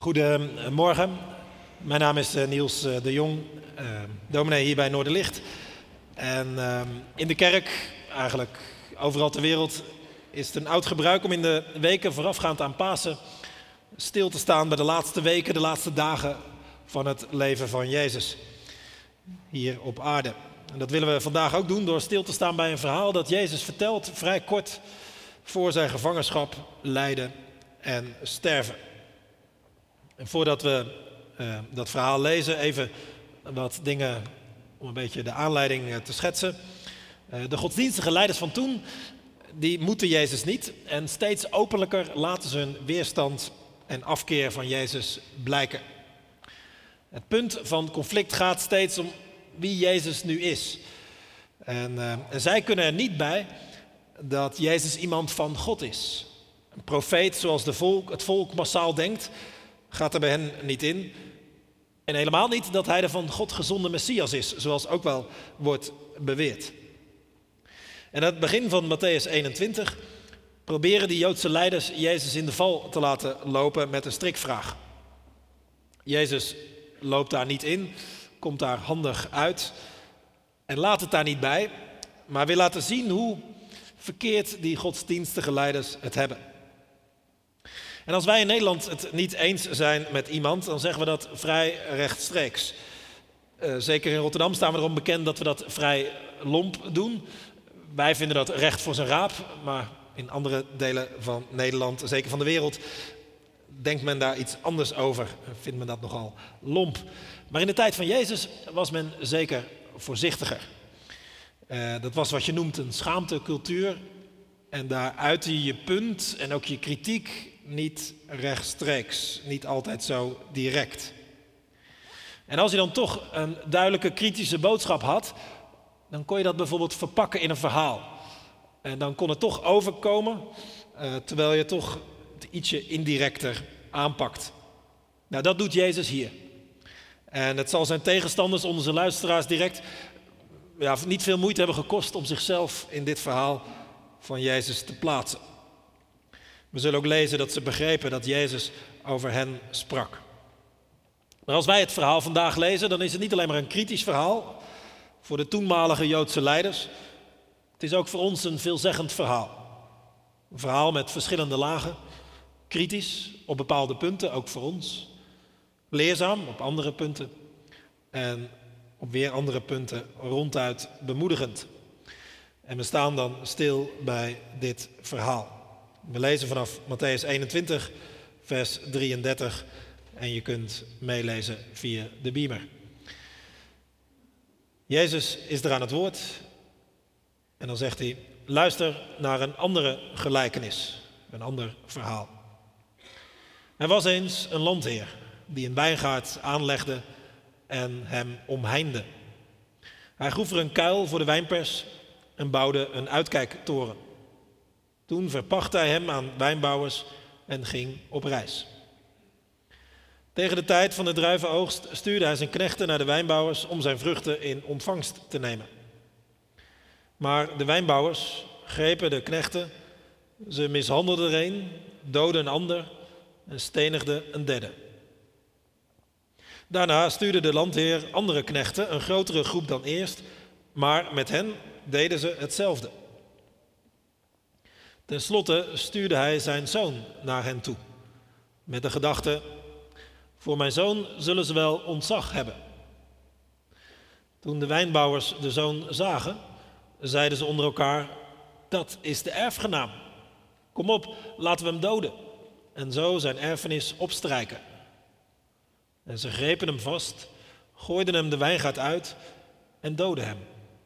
Goedemorgen, mijn naam is Niels de Jong, dominee hier bij Noorderlicht. En in de kerk, eigenlijk overal ter wereld, is het een oud gebruik om in de weken voorafgaand aan Pasen stil te staan bij de laatste weken, de laatste dagen van het leven van Jezus hier op aarde. En dat willen we vandaag ook doen door stil te staan bij een verhaal dat Jezus vertelt vrij kort voor zijn gevangenschap, lijden en sterven. En voordat we dat verhaal lezen, even wat dingen om een beetje de aanleiding te schetsen. De godsdienstige leiders van toen, die moeten Jezus niet. En steeds openlijker laten ze hun weerstand en afkeer van Jezus blijken. Het punt van conflict gaat steeds om wie Jezus nu is. En zij kunnen er niet bij dat Jezus iemand van God is. Een profeet zoals het volk massaal denkt, gaat er bij hen niet in. En helemaal niet dat hij de van God gezonde Messias is, zoals ook wel wordt beweerd. En aan het begin van Mattheüs 21 proberen die Joodse leiders Jezus in de val te laten lopen met een strikvraag. Jezus loopt daar niet in, komt daar handig uit en laat het daar niet bij, maar wil laten zien hoe verkeerd die godsdienstige leiders het hebben. En als wij in Nederland het niet eens zijn met iemand, dan zeggen we dat vrij rechtstreeks. Zeker in Rotterdam staan we erom bekend dat we dat vrij lomp doen. Wij vinden dat recht voor zijn raap, maar in andere delen van Nederland, zeker van de wereld, denkt men daar iets anders over. Vindt men dat nogal lomp. Maar in de tijd van Jezus was men zeker voorzichtiger. Dat was wat je noemt een schaamtecultuur. En daar uitte je je punt en ook je kritiek niet rechtstreeks, niet altijd zo direct. En als je dan toch een duidelijke kritische boodschap had, dan kon je dat bijvoorbeeld verpakken in een verhaal. En dan kon het toch overkomen, terwijl je toch het ietsje indirecter aanpakt. Nou, dat doet Jezus hier. En het zal zijn tegenstanders, onze luisteraars direct, niet veel moeite hebben gekost om zichzelf in dit verhaal van Jezus te plaatsen. We zullen ook lezen dat ze begrepen dat Jezus over hen sprak. Maar als wij het verhaal vandaag lezen, dan is het niet alleen maar een kritisch verhaal voor de toenmalige Joodse leiders. Het is ook voor ons een veelzeggend verhaal. Een verhaal met verschillende lagen. Kritisch op bepaalde punten, ook voor ons. Leerzaam op andere punten. En op weer andere punten ronduit bemoedigend. En we staan dan stil bij dit verhaal. We lezen vanaf Mattheüs 21, vers 33 en je kunt meelezen via de beamer. Jezus is er aan het woord en dan zegt hij, luister naar een andere gelijkenis, een ander verhaal. Er was eens een landheer die een wijngaard aanlegde en hem omheinde. Hij groef er een kuil voor de wijnpers en bouwde een uitkijktoren. Toen verpachtte hij hem aan wijnbouwers en ging op reis. Tegen de tijd van de druivenoogst stuurde hij zijn knechten naar de wijnbouwers om zijn vruchten in ontvangst te nemen. Maar de wijnbouwers grepen de knechten, ze mishandelden er een, doodden een ander en stenigden een derde. Daarna stuurde de landheer andere knechten, een grotere groep dan eerst, maar met hen deden ze hetzelfde. Ten slotte stuurde hij zijn zoon naar hen toe, met de gedachte, voor mijn zoon zullen ze wel ontzag hebben. Toen de wijnbouwers de zoon zagen, zeiden ze onder elkaar, dat is de erfgenaam. Kom op, laten we hem doden en zo zijn erfenis opstrijken. En ze grepen hem vast, gooiden hem de wijngaard uit en doodden hem.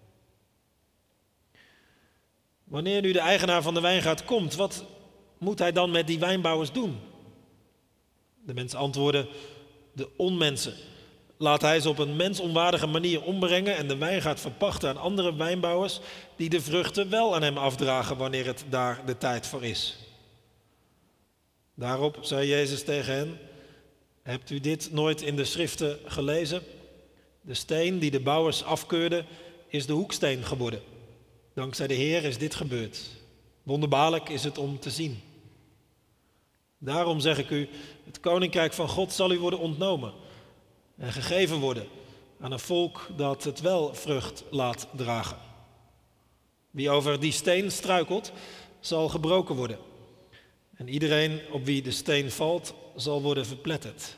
Wanneer nu de eigenaar van de wijngaard komt, wat moet hij dan met die wijnbouwers doen? De mensen antwoorden, de onmensen. Laat hij ze op een mensonwaardige manier ombrengen en de wijngaard verpachten aan andere wijnbouwers die de vruchten wel aan hem afdragen wanneer het daar de tijd voor is. Daarop zei Jezus tegen hen, hebt u dit nooit in de schriften gelezen? De steen die de bouwers afkeurden is de hoeksteen geworden. Dankzij de Heer is dit gebeurd. Wonderbaarlijk is het om te zien. Daarom zeg ik u, het koninkrijk van God zal u worden ontnomen en gegeven worden aan een volk dat het wel vrucht laat dragen. Wie over die steen struikelt, zal gebroken worden. En iedereen op wie de steen valt, zal worden verpletterd.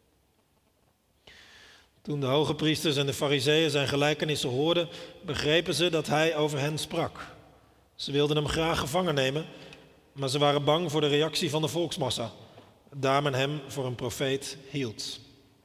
Toen de hoge priesters en de farizeeën zijn gelijkenissen hoorden, begrepen ze dat hij over hen sprak. Ze wilden hem graag gevangen nemen, maar ze waren bang voor de reactie van de volksmassa, daar men hem voor een profeet hield.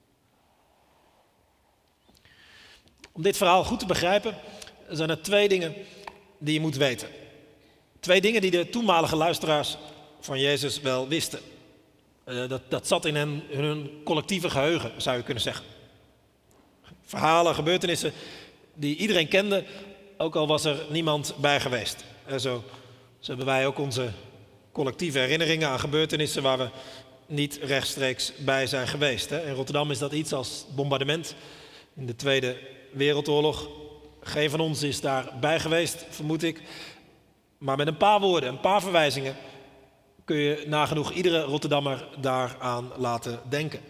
Om dit verhaal goed te begrijpen, zijn er 2 dingen die je moet weten. 2 dingen die de toenmalige luisteraars van Jezus wel wisten. Dat zat in hun collectieve geheugen, zou je kunnen zeggen. Verhalen, gebeurtenissen die iedereen kende, ook al was er niemand bij geweest. Zo hebben wij ook onze collectieve herinneringen aan gebeurtenissen waar we niet rechtstreeks bij zijn geweest. In Rotterdam is dat iets als het bombardement in de Tweede Wereldoorlog. Geen van ons is daarbij geweest, vermoed ik. Maar met een paar woorden, een paar verwijzingen kun je nagenoeg iedere Rotterdammer daaraan laten denken.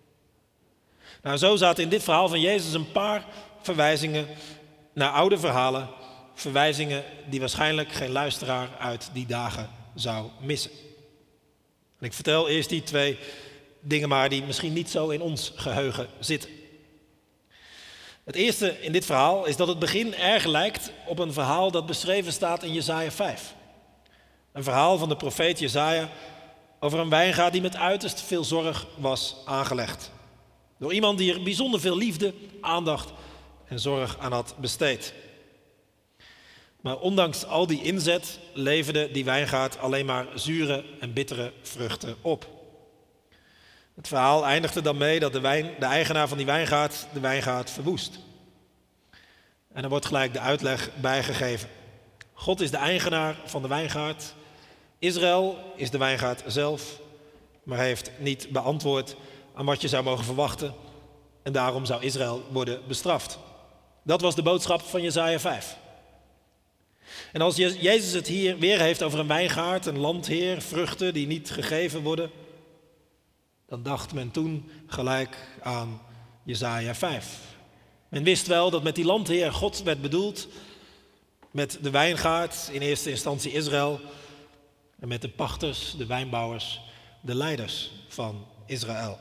Nou, zo zaten in dit verhaal van Jezus een paar verwijzingen naar oude verhalen. Verwijzingen die waarschijnlijk geen luisteraar uit die dagen zou missen. En ik vertel eerst die 2 dingen maar die misschien niet zo in ons geheugen zitten. Het eerste in dit verhaal is dat het begin erg lijkt op een verhaal dat beschreven staat in Jesaja 5. Een verhaal van de profeet Jesaja over een wijngaard die met uiterst veel zorg was aangelegd. Door iemand die er bijzonder veel liefde, aandacht en zorg aan had besteed. Maar ondanks al die inzet leverde die wijngaard alleen maar zure en bittere vruchten op. Het verhaal eindigde dan mee dat de eigenaar van die wijngaard de wijngaard verwoest. En er wordt gelijk de uitleg bijgegeven. God is de eigenaar van de wijngaard. Israël is de wijngaard zelf, maar heeft niet beantwoord aan wat je zou mogen verwachten. En daarom zou Israël worden bestraft. Dat was de boodschap van Jesaja 5. En als Jezus het hier weer heeft over een wijngaard, een landheer, vruchten die niet gegeven worden, dan dacht men toen gelijk aan Jesaja 5. Men wist wel dat met die landheer God werd bedoeld, met de wijngaard in eerste instantie Israël en met de pachters, de wijnbouwers, de leiders van Israël.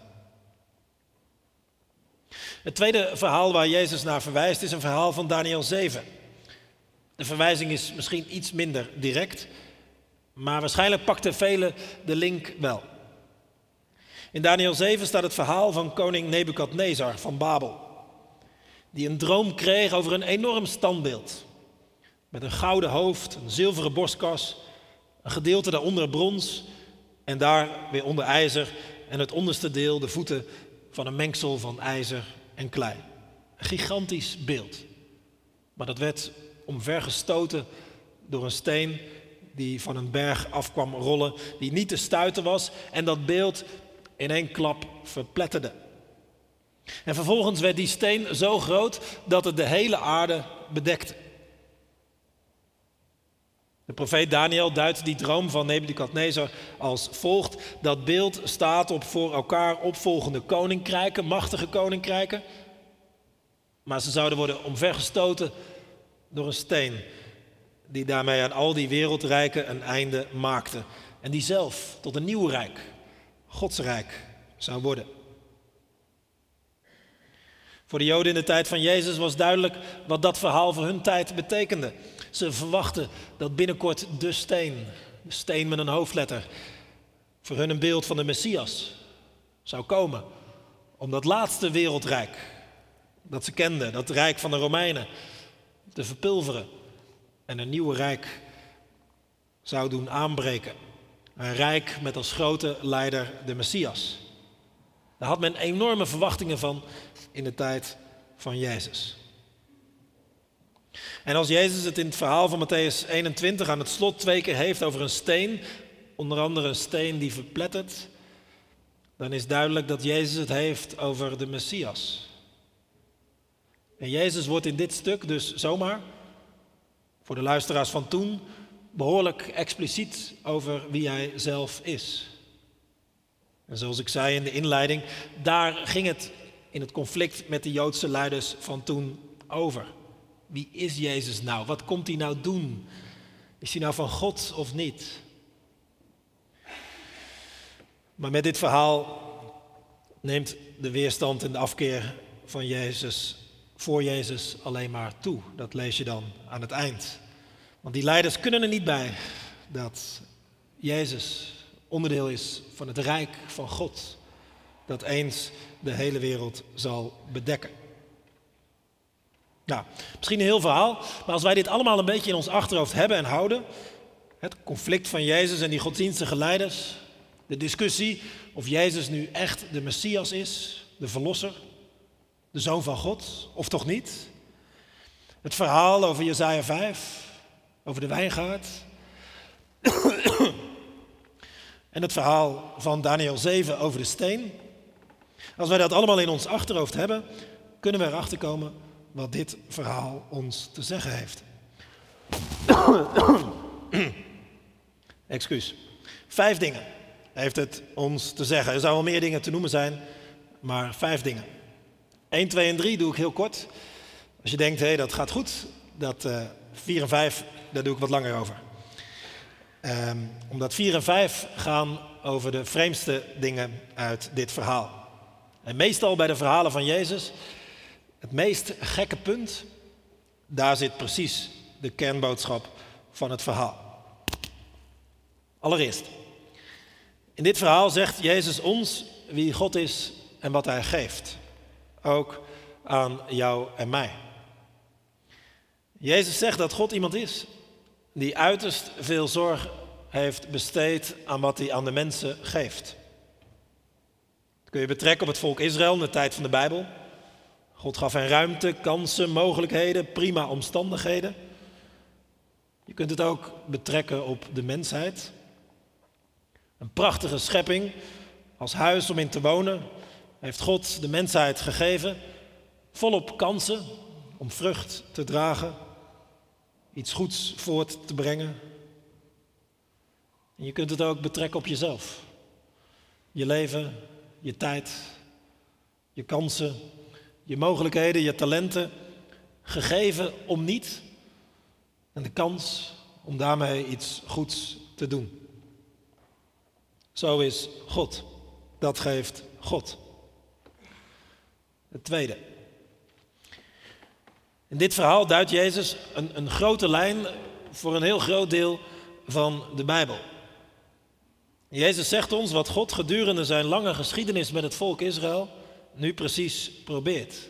Het tweede verhaal waar Jezus naar verwijst is een verhaal van Daniël 7. De verwijzing is misschien iets minder direct, maar waarschijnlijk pakten velen de link wel. In Daniël 7 staat het verhaal van koning Nebukadnezar van Babel, die een droom kreeg over een enorm standbeeld. Met een gouden hoofd, een zilveren borstkas, een gedeelte daaronder brons en daar weer onder ijzer en het onderste deel de voeten van een mengsel van ijzer en klei. Een gigantisch beeld. Maar dat werd omvergestoten door een steen die van een berg af kwam rollen, die niet te stuiten was en dat beeld in één klap verpletterde. En vervolgens werd die steen zo groot dat het de hele aarde bedekte. De profeet Daniël duidt die droom van Nebukadnezar als volgt. Dat beeld staat op voor elkaar opvolgende koninkrijken, machtige koninkrijken. Maar ze zouden worden omvergestoten door een steen die daarmee aan al die wereldrijken een einde maakte. En die zelf tot een nieuw rijk, Gods rijk, zou worden. Voor de Joden in de tijd van Jezus was duidelijk wat dat verhaal voor hun tijd betekende. Ze verwachten dat binnenkort de steen met een hoofdletter, voor hun een beeld van de Messias, zou komen. Om dat laatste wereldrijk dat ze kenden, dat rijk van de Romeinen, te verpulveren en een nieuw rijk zou doen aanbreken. Een rijk met als grote leider de Messias. Daar had men enorme verwachtingen van in de tijd van Jezus. En als Jezus het in het verhaal van Mattheüs 21 aan het slot 2 keer heeft over een steen, onder andere een steen die verplettert, dan is duidelijk dat Jezus het heeft over de Messias. En Jezus wordt in dit stuk dus zomaar, voor de luisteraars van toen, behoorlijk expliciet over wie hij zelf is. En zoals ik zei in de inleiding, daar ging het in het conflict met de Joodse leiders van toen over. Wie is Jezus nou? Wat komt hij nou doen? Is hij nou van God of niet? Maar met dit verhaal neemt de weerstand en de afkeer van Jezus voor Jezus alleen maar toe. Dat lees je dan aan het eind. Want die leiders kunnen er niet bij dat Jezus onderdeel is van het rijk van God, dat eens de hele wereld zal bedekken. Nou, misschien een heel verhaal, maar als wij dit allemaal een beetje in ons achterhoofd hebben en houden, het conflict van Jezus en die godsdienstige leiders, de discussie of Jezus nu echt de Messias is, de Verlosser, de Zoon van God, of toch niet? Het verhaal over Jesaja 5, over de wijngaard. En het verhaal van Daniel 7 over de steen. Als wij dat allemaal in ons achterhoofd hebben, kunnen we erachter komen wat dit verhaal ons te zeggen heeft. Excuus. 5 dingen heeft het ons te zeggen. Er zouden wel meer dingen te noemen zijn, maar 5 dingen. 1, 2 en 3 doe ik heel kort. Als je denkt, hé, dat gaat goed. 4 en 5, daar doe ik wat langer over. Omdat 4 en 5 gaan over de vreemdste dingen uit dit verhaal. En meestal bij de verhalen van Jezus, het meest gekke punt, daar zit precies de kernboodschap van het verhaal. Allereerst, in dit verhaal zegt Jezus ons wie God is en wat Hij geeft. Ook aan jou en mij. Jezus zegt dat God iemand is die uiterst veel zorg heeft besteed aan wat Hij aan de mensen geeft. Dat kun je betrekken op het volk Israël in de tijd van de Bijbel. God gaf hen ruimte, kansen, mogelijkheden, prima omstandigheden. Je kunt het ook betrekken op de mensheid. Een prachtige schepping als huis om in te wonen heeft God de mensheid gegeven. Volop kansen om vrucht te dragen, iets goeds voort te brengen. En je kunt het ook betrekken op jezelf. Je leven, je tijd, je kansen, je mogelijkheden, je talenten, gegeven om niet en de kans om daarmee iets goeds te doen. Zo is God. Dat geeft God. Het tweede. In dit verhaal duidt Jezus een grote lijn voor een heel groot deel van de Bijbel. Jezus zegt ons wat God gedurende zijn lange geschiedenis met het volk Israël nu precies probeert.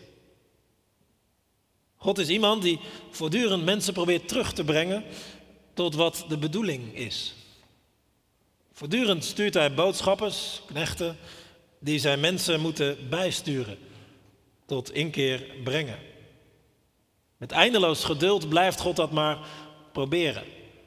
God is iemand die voortdurend mensen probeert terug te brengen tot wat de bedoeling is. Voortdurend stuurt Hij boodschappers, knechten, die zijn mensen moeten bijsturen, tot inkeer brengen. Met eindeloos geduld blijft God dat maar proberen.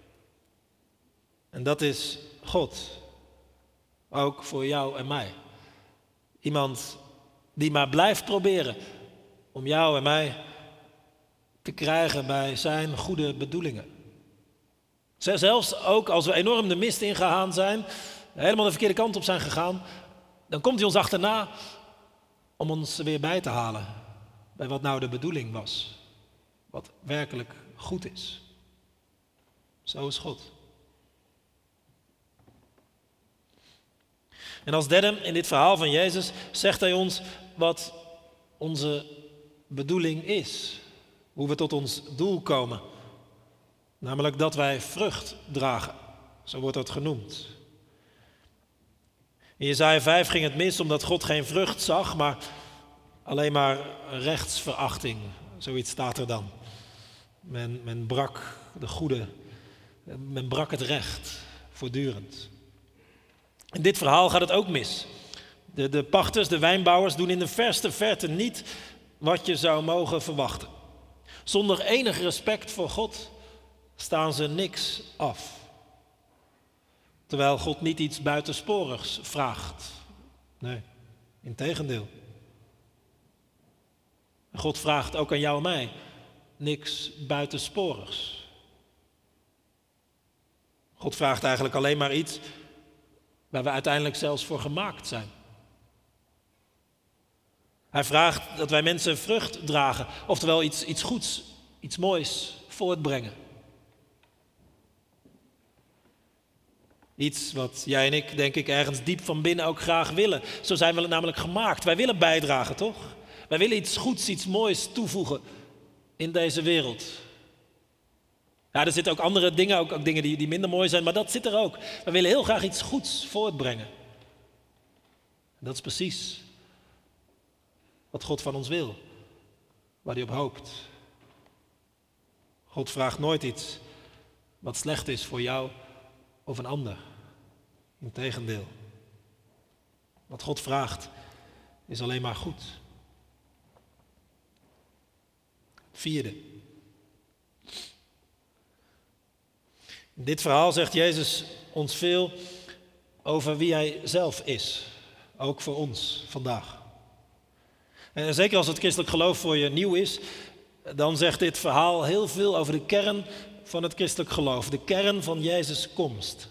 En dat is God. Ook voor jou en mij. Iemand die maar blijft proberen om jou en mij te krijgen bij zijn goede bedoelingen. Zelfs ook als we enorm de mist ingegaan zijn, helemaal de verkeerde kant op zijn gegaan, dan komt hij ons achterna om ons er weer bij te halen bij wat nou de bedoeling was. Wat werkelijk goed is. Zo is God. En als derde in dit verhaal van Jezus zegt Hij ons wat onze bedoeling is. Hoe we tot ons doel komen. Namelijk dat wij vrucht dragen. Zo wordt dat genoemd. In Jesaja 5 ging het mis omdat God geen vrucht zag, maar alleen maar rechtsverachting. Zoiets staat er dan. Men brak de goede, men brak het recht voortdurend. In dit verhaal gaat het ook mis. De pachters, de wijnbouwers doen in de verste verte niet wat je zou mogen verwachten. Zonder enig respect voor God staan ze niks af. Terwijl God niet iets buitensporigs vraagt. Nee, integendeel. God vraagt ook aan jou en mij niks buitensporigs. God vraagt eigenlijk alleen maar iets waar we uiteindelijk zelfs voor gemaakt zijn. Hij vraagt dat wij mensen vrucht dragen, oftewel iets goeds, iets moois voortbrengen. Iets wat jij en ik, denk ik, ergens diep van binnen ook graag willen. Zo zijn we namelijk gemaakt. Wij willen bijdragen, toch? Wij willen iets goeds, iets moois toevoegen in deze wereld. Ja, er zitten ook andere dingen, ook dingen die minder mooi zijn, maar dat zit er ook. We willen heel graag iets goeds voortbrengen. En dat is precies wat God van ons wil, waar hij op hoopt. God vraagt nooit iets wat slecht is voor jou of een ander. Integendeel. Wat God vraagt is alleen maar goed. Vierde. In dit verhaal zegt Jezus ons veel over wie hij zelf is. Ook voor ons vandaag. En zeker als het christelijk geloof voor je nieuw is, dan zegt dit verhaal heel veel over de kern van het christelijk geloof. De kern van Jezus' komst.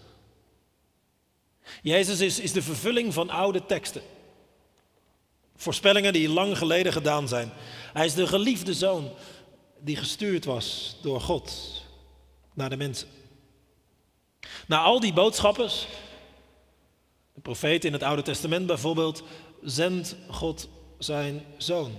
Jezus is de vervulling van oude teksten. Voorspellingen die lang geleden gedaan zijn. Hij is de geliefde zoon die gestuurd was door God naar de mensen. Na al die boodschappers, de profeten in het Oude Testament bijvoorbeeld, zendt God zijn zoon.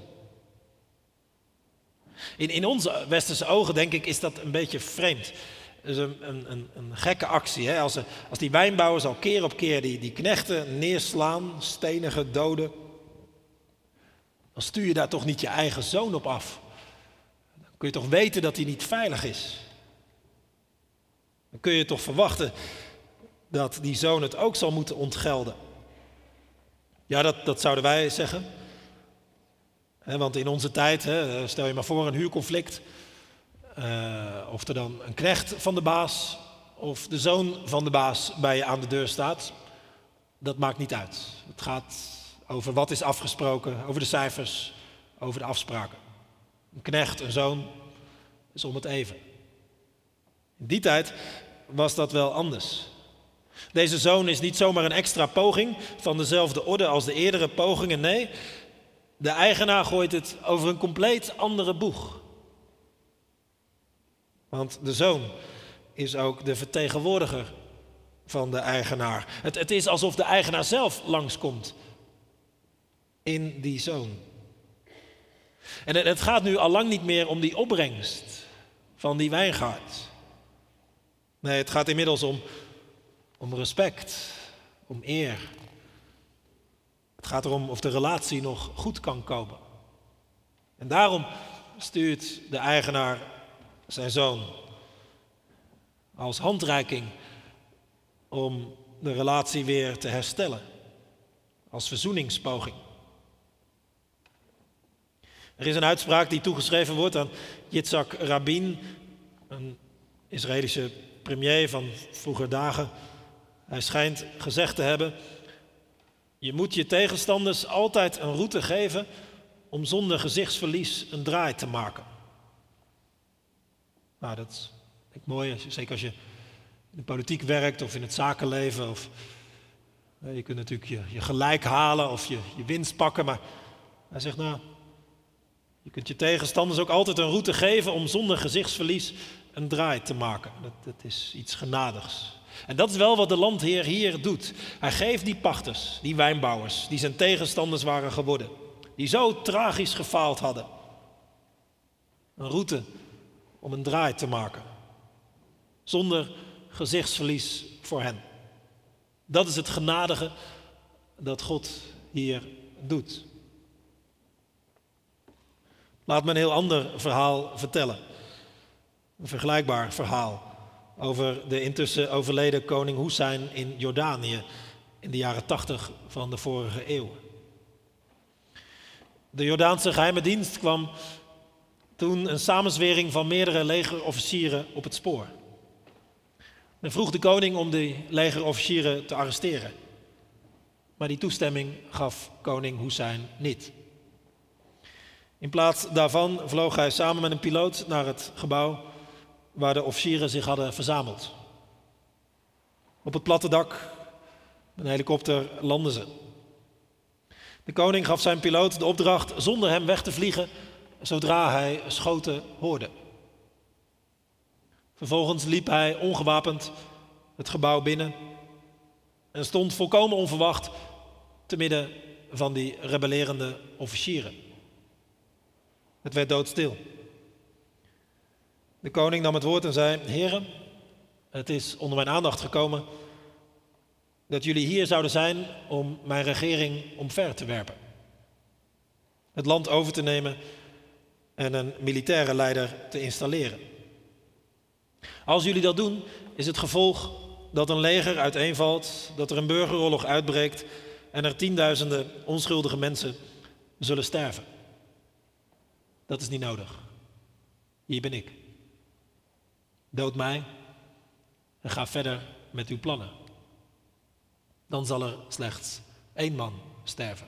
In onze westerse ogen, denk ik, is dat een beetje vreemd. Dat is een gekke actie. Hè? Als die wijnbouwers al keer op keer die knechten neerslaan, stenigen, doden, dan stuur je daar toch niet je eigen zoon op af. Dan kun je toch weten dat hij niet veilig is. Dan kun je toch verwachten dat die zoon het ook zal moeten ontgelden. Ja, dat zouden wij zeggen. Want in onze tijd, stel je maar voor een huurconflict. Of er dan een knecht van de baas of de zoon van de baas bij je aan de deur staat. Dat maakt niet uit. Het gaat over wat is afgesproken, over de cijfers, over de afspraken. Een knecht, een zoon, is om het even. In die tijd was dat wel anders. Deze zoon is niet zomaar een extra poging van dezelfde orde als de eerdere pogingen. Nee, de eigenaar gooit het over een compleet andere boeg. Want de zoon is ook de vertegenwoordiger van de eigenaar. Het is alsof de eigenaar zelf langskomt in die zoon. En het gaat nu al lang niet meer om die opbrengst van die wijngaard. Nee, het gaat inmiddels om respect, om eer. Het gaat erom of de relatie nog goed kan komen. En daarom stuurt de eigenaar zijn zoon als handreiking om de relatie weer te herstellen. Als verzoeningspoging. Er is een uitspraak die toegeschreven wordt aan Yitzhak Rabin, een Israëlische premier van vroeger dagen. Hij schijnt gezegd te hebben: je moet je tegenstanders altijd een route geven om zonder gezichtsverlies een draai te maken. Nou, dat is mooi, zeker als je in de politiek werkt of in het zakenleven. Of, je kunt natuurlijk je gelijk halen of je winst pakken, maar hij zegt je kunt je tegenstanders ook altijd een route geven om zonder gezichtsverlies een draai te maken. Dat is iets genadigs. En dat is wel wat de landheer hier doet. Hij geeft die pachters, die wijnbouwers, die zijn tegenstanders waren geworden, die zo tragisch gefaald hadden, een route om een draai te maken. Zonder gezichtsverlies voor hen. Dat is het genadige dat God hier doet. Laat me een heel ander verhaal vertellen. Een vergelijkbaar verhaal over de intussen overleden koning Hoessein in Jordanië in de jaren 80 van de vorige eeuw. De Jordaanse geheime dienst kwam toen een samenzwering van meerdere legerofficieren op het spoor. Men vroeg de koning om die legerofficieren te arresteren. Maar die toestemming gaf koning Hoessein niet. In plaats daarvan vloog hij samen met een piloot naar het gebouw waar de officieren zich hadden verzameld. Op het platte dak Een helikopter landde ze. De koning gaf zijn piloot de opdracht zonder hem weg te vliegen, zodra hij schoten hoorde. Vervolgens liep hij ongewapend het gebouw binnen en stond volkomen onverwacht te midden van die rebellerende officieren. Het werd doodstil. De koning nam het woord en zei: Heren, het is onder mijn aandacht gekomen dat jullie hier zouden zijn om mijn regering omver te werpen. Het land over te nemen en een militaire leider te installeren. Als jullie dat doen, is het gevolg dat een leger uiteenvalt, dat er een burgeroorlog uitbreekt en er tienduizenden onschuldige mensen zullen sterven. Dat is niet nodig. Hier ben ik. Dood mij en ga verder met uw plannen. Dan zal er slechts 1 man sterven.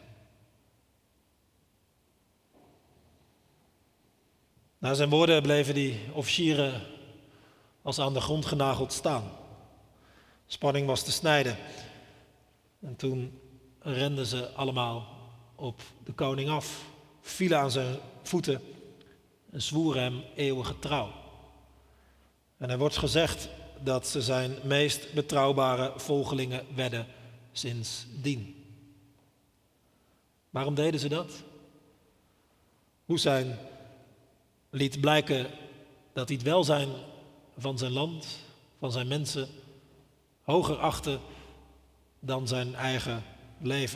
Na zijn woorden bleven die officieren als aan de grond genageld staan. Spanning was te snijden. En toen renden ze allemaal op de koning af, vielen aan zijn voeten en zwoeren hem eeuwige trouw. En er wordt gezegd dat ze zijn meest betrouwbare volgelingen werden sindsdien. Waarom deden ze dat? Hoessein liet blijken dat hij het welzijn van zijn land, van zijn mensen, hoger achtte dan zijn eigen leven.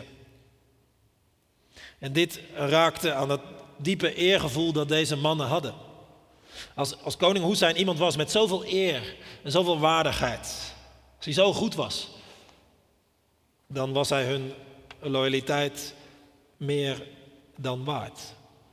En dit raakte aan het diepe eergevoel dat deze mannen hadden. Als koning Hoessein iemand was met zoveel eer en zoveel waardigheid, als hij zo goed was, dan was hij hun loyaliteit meer dan waard.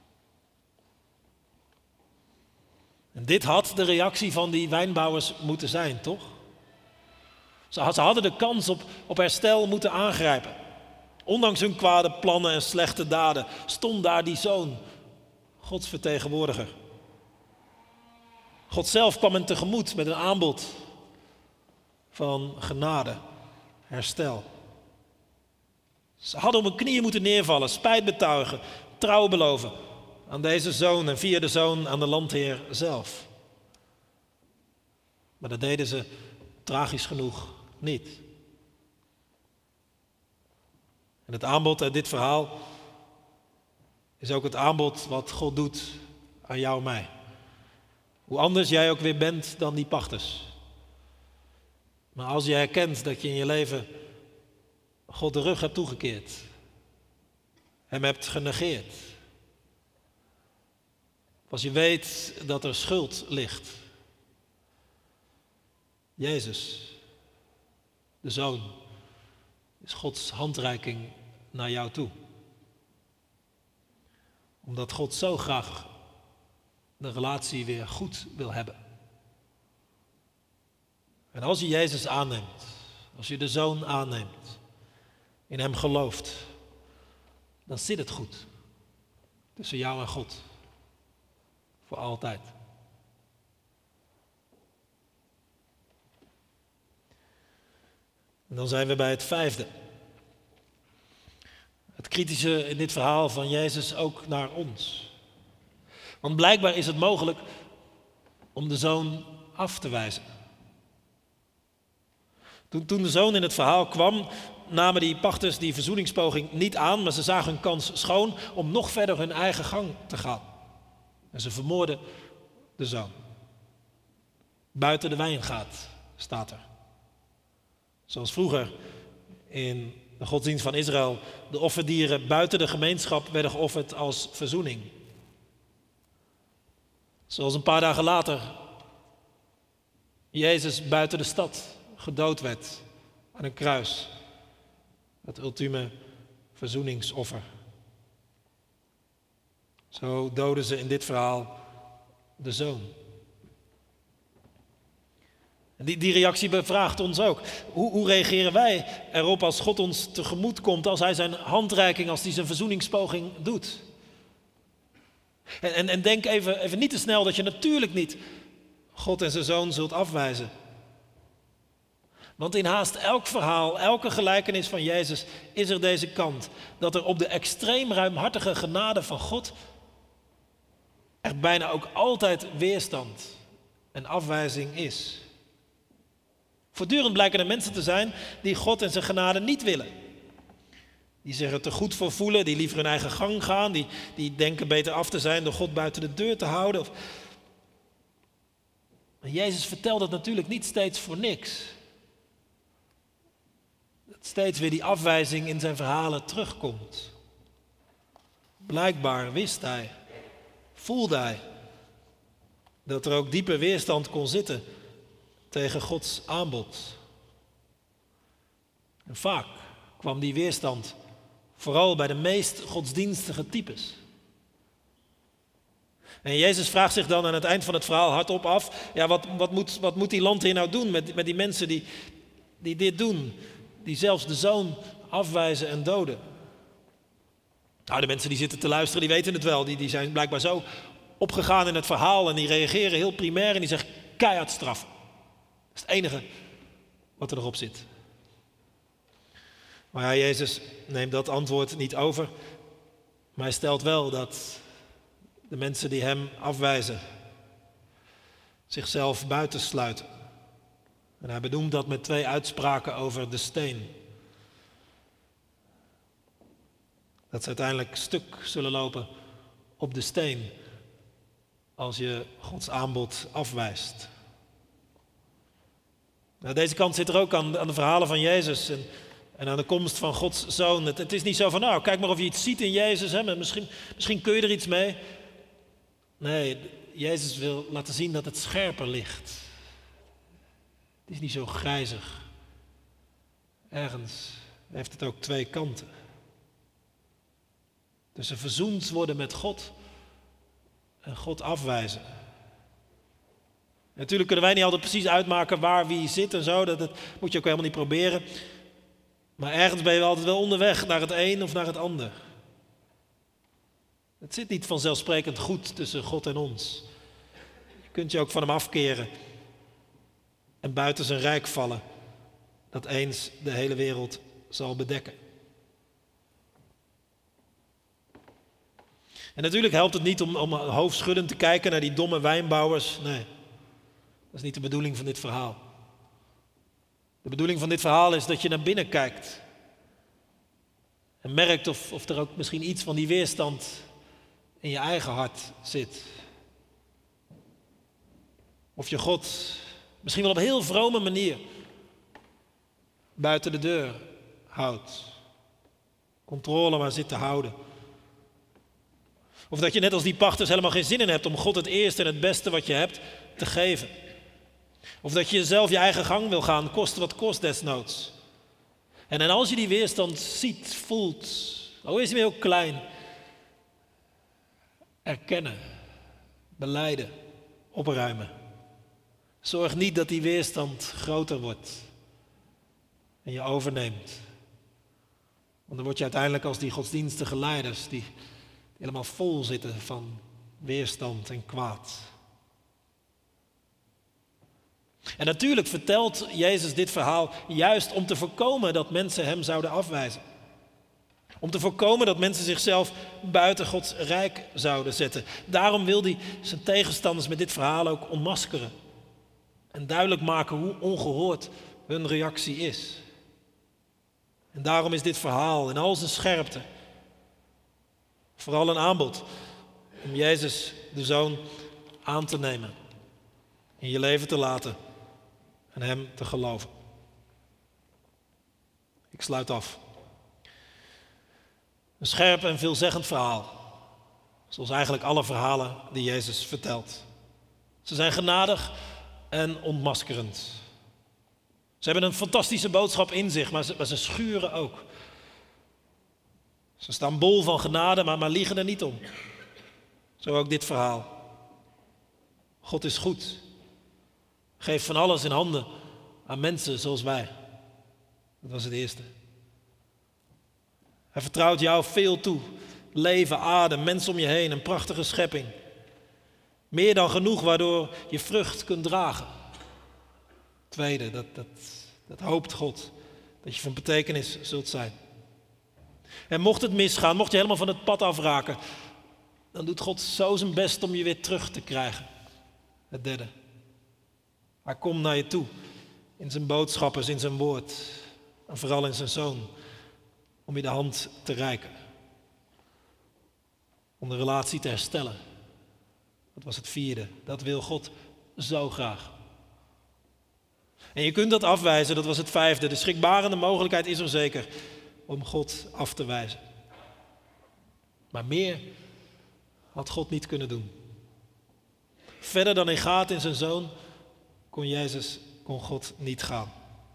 En dit had de reactie van die wijnbouwers moeten zijn, toch? Ze hadden de kans op herstel moeten aangrijpen. Ondanks hun kwade plannen en slechte daden stond daar die zoon, Gods vertegenwoordiger. God zelf kwam hen tegemoet met een aanbod van genade, herstel. Ze hadden op hun knieën moeten neervallen, spijt betuigen, trouw beloven aan deze zoon en via de zoon aan de landheer zelf. Maar dat deden ze tragisch genoeg niet. En het aanbod uit dit verhaal is ook het aanbod wat God doet aan jou en mij. Hoe anders jij ook weer bent dan die pachters. Maar als je herkent dat je in je leven God de rug hebt toegekeerd, hem hebt genegeerd, als je weet dat er schuld ligt, Jezus, de Zoon, is Gods handreiking naar jou toe. Omdat God zo graag de relatie weer goed wil hebben. En als je Jezus aanneemt, als je de Zoon aanneemt, in hem gelooft, dan zit het goed tussen jou en God. Voor altijd. En dan zijn we bij het 5e. Het kritische in dit verhaal van Jezus ook naar ons. Want blijkbaar is het mogelijk om de zoon af te wijzen. Toen de zoon in het verhaal kwam, namen die pachters die verzoeningspoging niet aan, maar ze zagen hun kans schoon om nog verder hun eigen gang te gaan. En ze vermoorden de zoon. Buiten de wijngaard staat er. Zoals vroeger in de godsdienst van Israël de offerdieren buiten de gemeenschap werden geofferd als verzoening. Zoals een paar dagen later Jezus buiten de stad gedood werd aan een kruis. Het ultieme verzoeningsoffer. Zo doden ze in dit verhaal de zoon. En die reactie bevraagt ons ook. Hoe reageren wij erop als God ons tegemoet komt, als hij zijn handreiking, als hij zijn verzoeningspoging doet? En denk even niet te snel dat je natuurlijk niet God en zijn zoon zult afwijzen. Want in haast elk verhaal, elke gelijkenis van Jezus is er deze kant. Dat er op de extreem ruimhartige genade van God er bijna ook altijd weerstand en afwijzing is. Voortdurend blijken er mensen te zijn die God en zijn genade niet willen. Die zich er te goed voor voelen, die liever hun eigen gang gaan, die denken beter af te zijn door God buiten de deur te houden. Maar Jezus vertelt dat natuurlijk niet steeds voor niks. Dat steeds weer die afwijzing in zijn verhalen terugkomt. Blijkbaar wist hij, voelde hij, dat er ook diepe weerstand kon zitten tegen Gods aanbod. En vaak kwam die weerstand vooral bij de meest godsdienstige types. En Jezus vraagt zich dan aan het eind van het verhaal hardop af, ja, wat moet die landheer nou doen met die mensen die dit doen, die zelfs de zoon afwijzen en doden? Nou, de mensen die zitten te luisteren, die weten het wel, die zijn blijkbaar zo opgegaan in het verhaal en die reageren heel primair en die zeggen keihard straffen. Dat is het enige wat er nog op zit. Maar ja, Jezus neemt dat antwoord niet over, maar hij stelt wel dat de mensen die hem afwijzen zichzelf buitensluiten. En hij benoemt dat met 2 uitspraken over de steen. Dat ze uiteindelijk stuk zullen lopen op de steen als je Gods aanbod afwijst. Nou, deze kant zit er ook aan de verhalen van Jezus en aan de komst van Gods Zoon. Het is niet zo van, nou, kijk maar of je iets ziet in Jezus. Hè? Misschien kun je er iets mee. Nee, Jezus wil laten zien dat het scherper ligt. Het is niet zo grijzig. Ergens heeft het ook 2 kanten. Tussen verzoend worden met God en God afwijzen. Natuurlijk kunnen wij niet altijd precies uitmaken waar wie zit en zo. Dat moet je ook helemaal niet proberen. Maar ergens ben je altijd wel onderweg naar het een of naar het ander. Het zit niet vanzelfsprekend goed tussen God en ons. Je kunt je ook van hem afkeren en buiten zijn rijk vallen, dat eens de hele wereld zal bedekken. En natuurlijk helpt het niet om hoofdschuddend te kijken naar die domme wijnbouwers. Nee, dat is niet de bedoeling van dit verhaal. De bedoeling van dit verhaal is dat je naar binnen kijkt en merkt of er ook misschien iets van die weerstand in je eigen hart zit. Of je God misschien wel op een heel vrome manier buiten de deur houdt. Controle maar zit te houden. Of dat je net als die pachters helemaal geen zin in hebt om God het eerste en het beste wat je hebt te geven. Of dat je zelf je eigen gang wil gaan, koste wat kost desnoods. En als je die weerstand ziet, voelt, al is hij heel klein, erkennen, belijden, opruimen. Zorg niet dat die weerstand groter wordt en je overneemt. Want dan word je uiteindelijk als die godsdienstige leiders die helemaal vol zitten van weerstand en kwaad. En natuurlijk vertelt Jezus dit verhaal juist om te voorkomen dat mensen hem zouden afwijzen. Om te voorkomen dat mensen zichzelf buiten Gods rijk zouden zetten. Daarom wil hij zijn tegenstanders met dit verhaal ook ontmaskeren. En duidelijk maken hoe ongehoord hun reactie is. En daarom is dit verhaal in al zijn scherpte vooral een aanbod om Jezus, de Zoon, aan te nemen. In je leven te laten en hem te geloven. Ik sluit af. Een scherp en veelzeggend verhaal. Zoals eigenlijk alle verhalen die Jezus vertelt. Ze zijn genadig en ontmaskerend. Ze hebben een fantastische boodschap in zich, maar ze schuren ook. Ze staan bol van genade, maar liegen er niet om. Zo ook dit verhaal. God is goed. Geeft van alles in handen aan mensen zoals wij. Dat was het eerste. Hij vertrouwt jou veel toe. Leven, adem, mensen om je heen, een prachtige schepping. Meer dan genoeg waardoor je vrucht kunt dragen. Tweede, dat Dat hoopt God, dat je van betekenis zult zijn. En mocht het misgaan, mocht je helemaal van het pad afraken, dan doet God zo zijn best om je weer terug te krijgen. Het derde. Hij komt naar je toe, in zijn boodschappers, in zijn woord en vooral in zijn Zoon, om je de hand te reiken. Om de relatie te herstellen. Dat was het vierde. Dat wil God zo graag. En je kunt dat afwijzen, dat was het vijfde. De schrikbarende mogelijkheid is er zeker om God af te wijzen. Maar meer had God niet kunnen doen. Verder dan hij gaat in zijn Zoon, kon God niet gaan.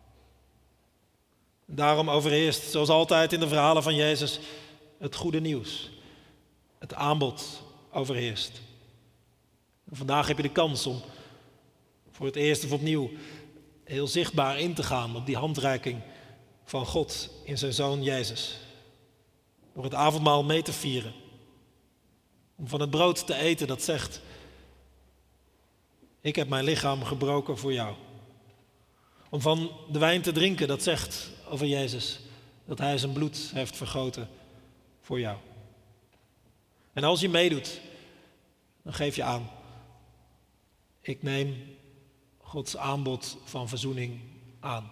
Daarom overheerst, zoals altijd in de verhalen van Jezus, het goede nieuws. Het aanbod overheerst. En vandaag heb je de kans om voor het eerst of opnieuw heel zichtbaar in te gaan op die handreiking van God in zijn Zoon Jezus. Door het avondmaal mee te vieren. Om van het brood te eten dat zegt: ik heb mijn lichaam gebroken voor jou. Om van de wijn te drinken dat zegt over Jezus dat hij zijn bloed heeft vergoten voor jou. En als je meedoet, dan geef je aan: ik neem Gods aanbod van verzoening aan.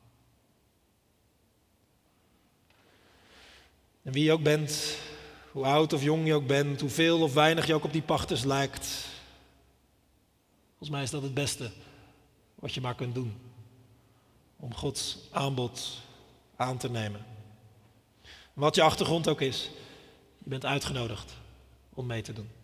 En wie je ook bent, hoe oud of jong je ook bent, hoeveel of weinig je ook op die pachters lijkt, volgens mij is dat het beste wat je maar kunt doen. Om Gods aanbod aan te nemen. Wat je achtergrond ook is, je bent uitgenodigd om mee te doen.